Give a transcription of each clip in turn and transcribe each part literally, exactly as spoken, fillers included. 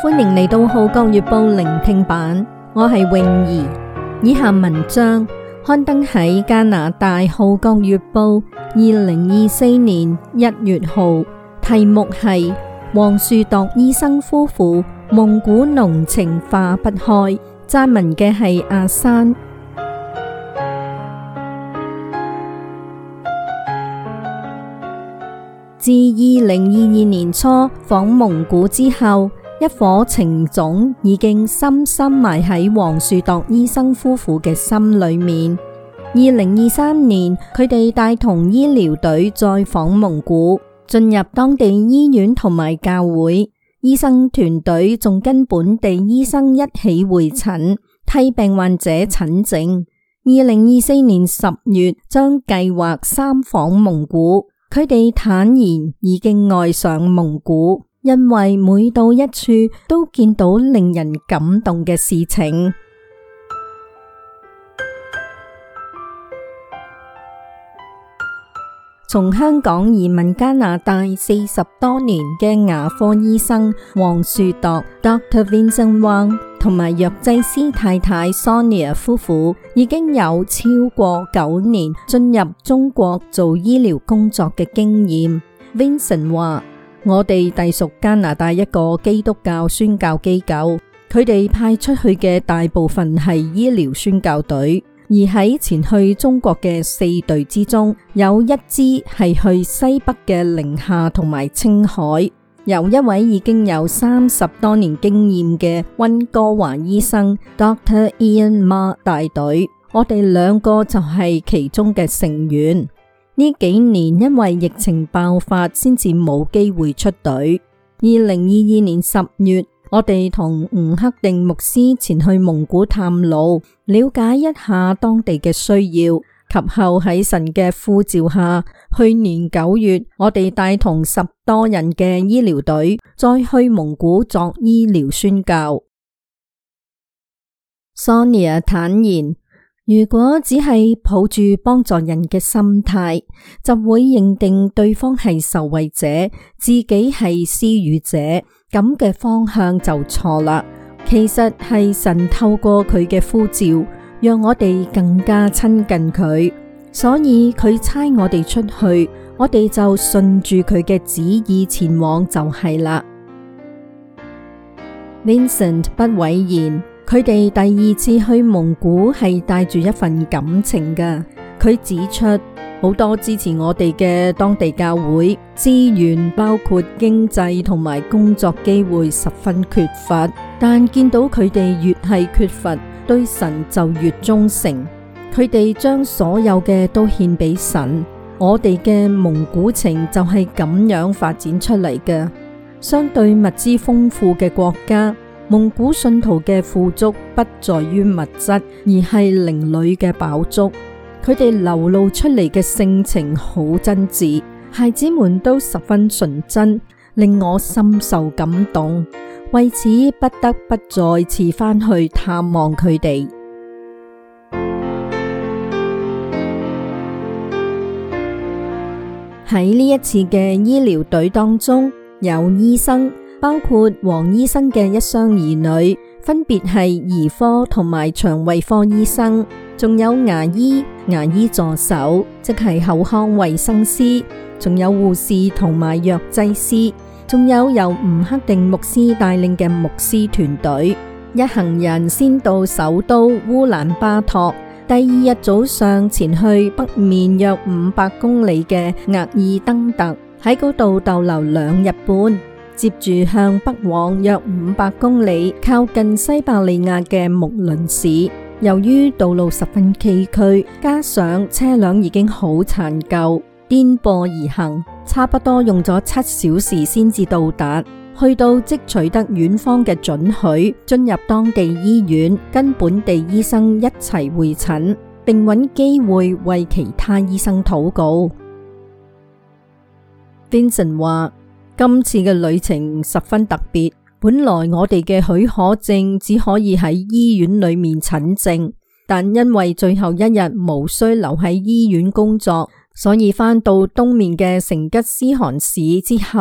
歡迎嚟到《號角月報》聆聽版，我係泳兒。以下文章刊登喺加拿大《號角月報》二零二四年一月號，題目係黃樹鐸醫生夫婦蒙古濃情化不開。撰文嘅係阿珊。自二零二二年初訪蒙古之後，一顆情種已經深深埋喺黃樹鐸醫生夫婦嘅心裏面。二零二三年，佢哋帶同醫療隊再訪蒙古，進入當地醫院同埋教會，醫生團隊仲跟本地醫生一起會診，替病患者診症。二零二四年十月，將計劃三訪蒙古。佢哋坦言已經愛上蒙古，因為每到一處都見到令人感動嘅事情。從香港移民加拿大四十多年嘅牙科醫生黃樹鐸 Doctor Vincent Wang 同埋藥劑師太太 Sonia 夫婦，已經有超過九年進入中國做醫療工作嘅經驗。Vincent 話：我哋隸屬加拿大一個基督教宣教機構，佢哋派出去嘅大部分係醫療宣教隊。而喺前去中國嘅四隊之中，有一支係去西北嘅寧夏同埋青海，由一位已經有三十多年經驗嘅溫哥華醫生 Doctor Ian Ma 帶隊，我哋兩個就係其中嘅成員。呢幾年因為疫情爆發，先至冇機會出隊。二零二二年十月，我哋同吳克定牧師前去蒙古探路，了解一下當地嘅需要。及後喺神嘅呼召下，去年九月，我哋帶同十多人嘅醫療隊，再去蒙古作醫療宣教。Sonia 坦言，如果只係抱住幫助人嘅心態，就會認定對方係受惠者，自己係施予者，咁嘅方向就錯啦。其實係神透過佢嘅呼召，讓我哋更加親近佢，所以佢差我哋出去，我哋就順住佢嘅旨意前往就係啦。Vincent 不諱言，佢哋第二次去蒙古係帶住一份感情㗎。佢指出，好多支持我哋嘅當地教會資源，包括經濟同埋工作機會十分缺乏，但見到佢哋越係缺乏，對神就越忠誠。佢哋將所有嘅都獻俾神。我哋嘅蒙古情就係咁樣發展出嚟嘅。相對物資豐富嘅國家，蒙古信徒嘅富足不在於物質，而係靈裡嘅飽足。佢哋流露出嚟嘅性情好真摯，孩子們都十分純真，令我深受感動。為此不得不再次返去探望佢哋。喺呢一次嘅醫療隊當中，有醫生，包括黃醫生嘅一雙兒女，分別係兒科同埋腸胃科醫生，仲有牙醫、牙醫助手，即係口腔衛生師，仲有護士同埋藥劑師，仲有由吳克定牧師帶領嘅牧師團隊。一行人先到首都烏蘭巴托，第二日早上前去北面約五百公里嘅額爾登特，喺嗰度逗留兩日半，接住向北往約五百公里，靠近西伯利亞嘅木倫市。由於道路十分崎嶇，加上車輛已經好殘舊，顛簸而行，差不多用咗七小時先至到達。去到即取得院方嘅准許，進入當地醫院，跟本地醫生一齊會診，並揾機會為其他醫生禱告。Vincent 話：今次嘅旅程十分特別，本來我哋嘅許可證只可以喺醫院裏面診症，但因為最後一日無需留喺醫院工作，所以返到東面嘅成吉思汗市之後，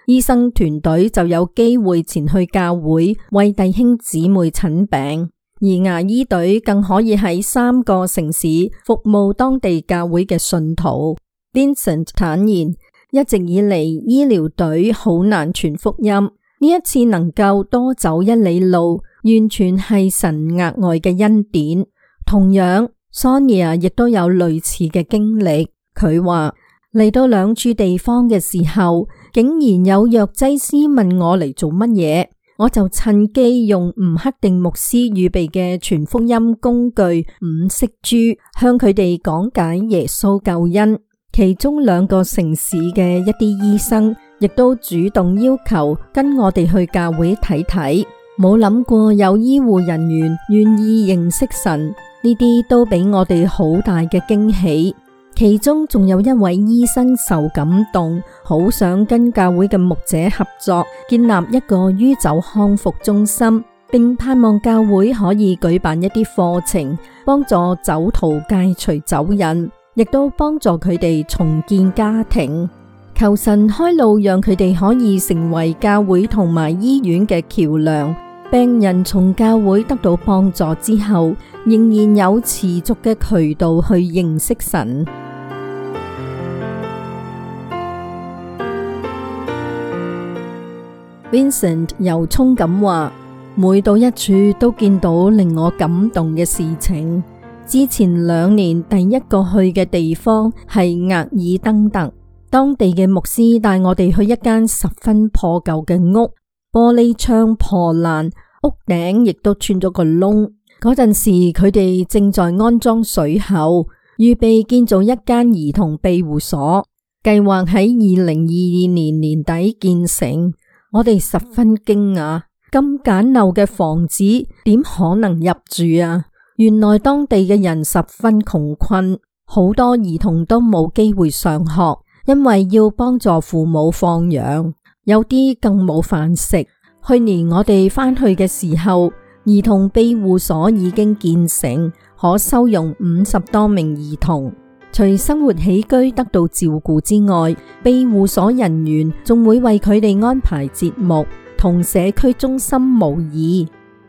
醫生團隊就有機會前去教會為弟兄姊妹診病，而牙醫隊更可以喺三個城市服務當地教會嘅信徒。Vincent 坦言，一直以嚟醫療隊好難傳福音，呢一次能夠多走一里路，完全係神額外嘅恩典。同樣 Sonia 亦都有類似嘅經歷，佢話嚟到兩處地方嘅時候，竟然有藥劑師問我嚟做乜嘢，我就趁機用吳克定牧師預備嘅傳福音工具五色珠向佢哋講解耶穌救恩。其中兩個城市嘅一啲醫生亦都主動要求跟我哋去教會睇睇，冇諗過有醫護人員願意認識神，呢啲都俾我哋好大嘅驚喜。其中仲有一位醫生受感動，好想跟教會嘅牧者合作，建立一個酗酒康復中心，並盼望教會可以舉辦一啲課程，幫助酒徒戒除酒癮，亦都幫助佢哋重建家庭。求神開路，讓佢哋可以成為教會同埋醫院嘅橋樑。病人從教會得到幫助之後，仍然有持續嘅渠道去認識神。Vincent 由衷咁話，每到一處都見到令我感動嘅事情。之前兩年第一個去嘅地方係厄爾登特，當地嘅牧師帶我哋去一間十分破舊嘅屋，玻璃窗破爛，屋頂亦都穿咗個窿。嗰陣時佢哋正在安裝水喉，預備建造一間兒童庇護所，計劃喺二零二二年年底建成。我哋十分驚訝，咁簡陋嘅房子點可能入住啊？原來當地嘅人十分窮困，好多兒童都冇機會上學，因為要幫助父母放養，有啲更冇飯食。去年我哋返去嘅時候，兒童庇護所已經建成，可收容五十多名兒童。除生活起居得到照顧之外，庇護所人員仲會為佢哋安排節目，同社區中心無異。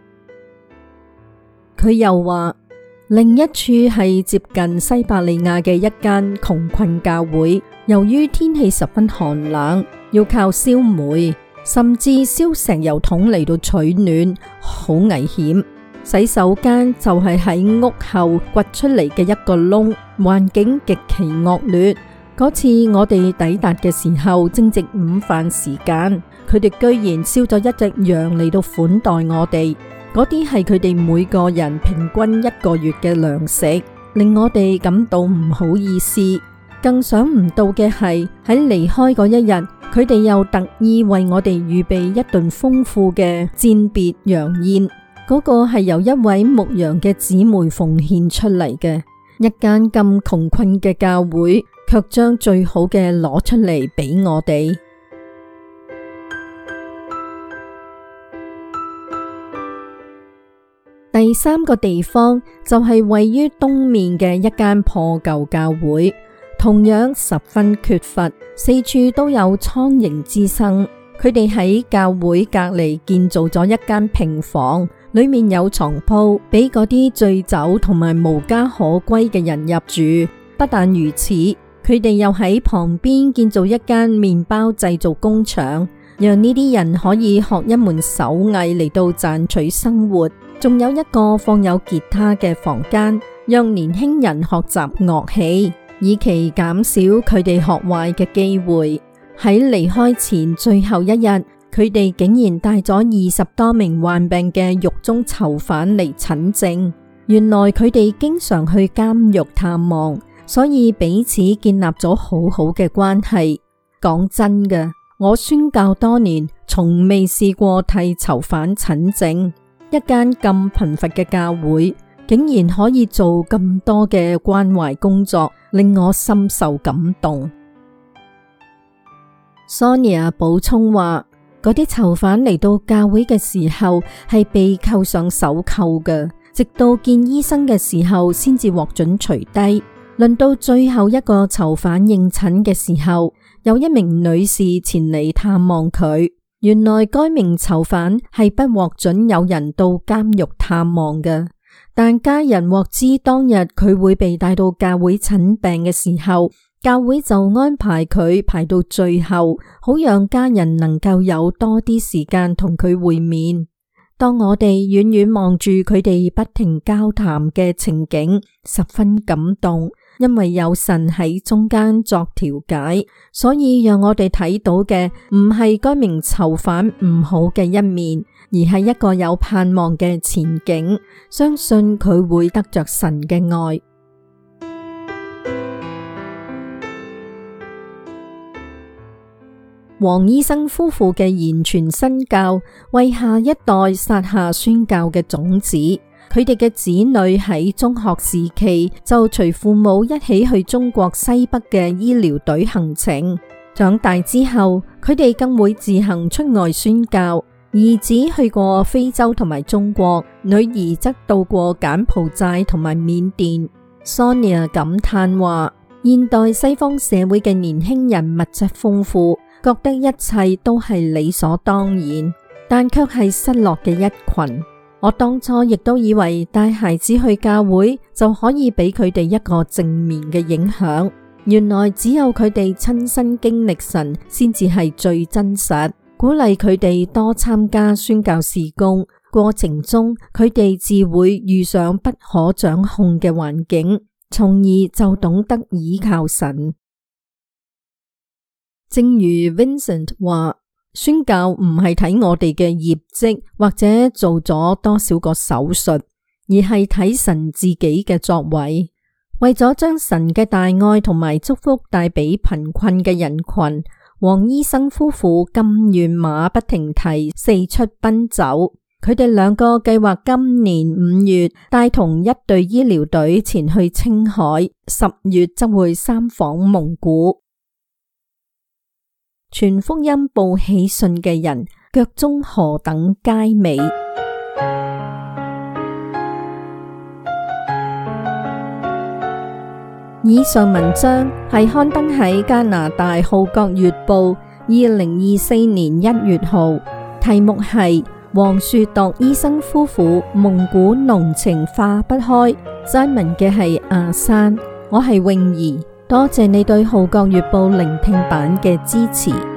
佢又話，另一處係接近西伯利亞嘅一間窮困教會，由於天氣十分寒冷，要靠燒煤，甚至燒石油桶嚟到取暖，好危險。洗手間就係喺屋後掘出嚟嘅一個窿，環境極其惡劣。嗰次我哋抵達嘅時候正值午飯時間，佢哋居然燒咗一隻羊嚟到款待我哋。嗰啲係佢哋每個人平均一個月嘅糧食，令我哋感到唔好意思。更想唔到嘅係喺離開嗰一日，佢哋又特意為我哋預備一頓豐富嘅餞別羊宴。嗰個係由一位牧羊嘅姊妹奉獻出嚟嘅，一間咁窮困嘅教會，卻將最好嘅攞出嚟俾我哋。第三個地方就係位於東面嘅一間破舊教會，同樣十分缺乏，四處都有蒼蠅滋生。佢哋喺教會隔籬建造咗一間平房，裏面有床鋪，俾嗰啲醉酒同埋無家可歸嘅人入住。不但如此，佢哋又喺旁邊建造一間麵包製造工廠，讓呢啲人可以學一門手藝嚟到賺取生活。仲有一個放有吉他嘅房間，讓年輕人學習樂器，以期減少佢哋學壞嘅機會。喺離開前最後一日，佢哋竟然帶咗二十多名患病嘅獄中囚犯嚟診症。原來佢哋經常去監獄探望，所以彼此建立咗好好嘅關係。講真嘅，我宣教多年，從未試過替囚犯診症。一間咁貧乏嘅教會，竟然可以做咁多嘅關懷工作，令我深受感動。Sonia 補充話，嗰啲囚犯嚟到教會嘅時候係被扣上手銬嘅，直到見醫生嘅時候先至獲准除低。 輪到最後一個囚犯應診嘅時候，有一名女士前嚟探望佢。原來該名囚犯係不獲准有人到監獄探望嘅，但家人獲知當日佢會被帶到教會診病嘅時候，教會就安排佢排到最後，好讓家人能夠有多啲時間同佢會面。當我哋遠遠望住佢哋不停交談嘅情景，十分感動。因為有神喺中間作調解，所以讓我哋睇到嘅唔係該名囚犯唔好嘅一面，而係一個有盼望嘅前景，相信佢會得着神嘅愛。黃醫生夫婦嘅言傳身教，為下一代撒下宣教嘅種子。佢哋嘅子女喺中學時期就隨父母一起去中國西北嘅醫療隊行程，長大之後佢哋更會自行出外宣教。兒子去過非洲同埋中國，女兒則到過柬埔寨同埋緬甸。Sonia 感嘆話：現代西方社會嘅年輕人物質豐富，覺得一切都係理所當然，但卻係失落嘅一群。我當初亦都以為帶孩子去教會就可以俾佢哋一個正面嘅影響，原來只有佢哋親身經歷神先至係最真實。鼓勵佢哋多參加宣教事工，過程中佢哋自會遇上不可掌控嘅環境，從而就懂得倚靠神。正如 Vincent 話，宣教唔係睇我哋嘅業績或者做咗多少個手術，而係睇神自己嘅作為。為咗將神嘅大愛同埋祝福帶俾貧困嘅人群，黃醫生夫婦甘願馬不停蹄四出奔走。佢哋兩個計劃今年五月帶同一隊醫療隊前去青海，十月則會三訪蒙古。傳福音報喜訊嘅人腳蹤何等佳美。以上文章係刊登喺加拿大《號角月報》二零二四年一月號，題目係黃樹鐸醫生夫婦蒙古濃情化不開。撰文嘅係阿山，我係泳兒。多謝你對《號角月報》聆聽版嘅支持。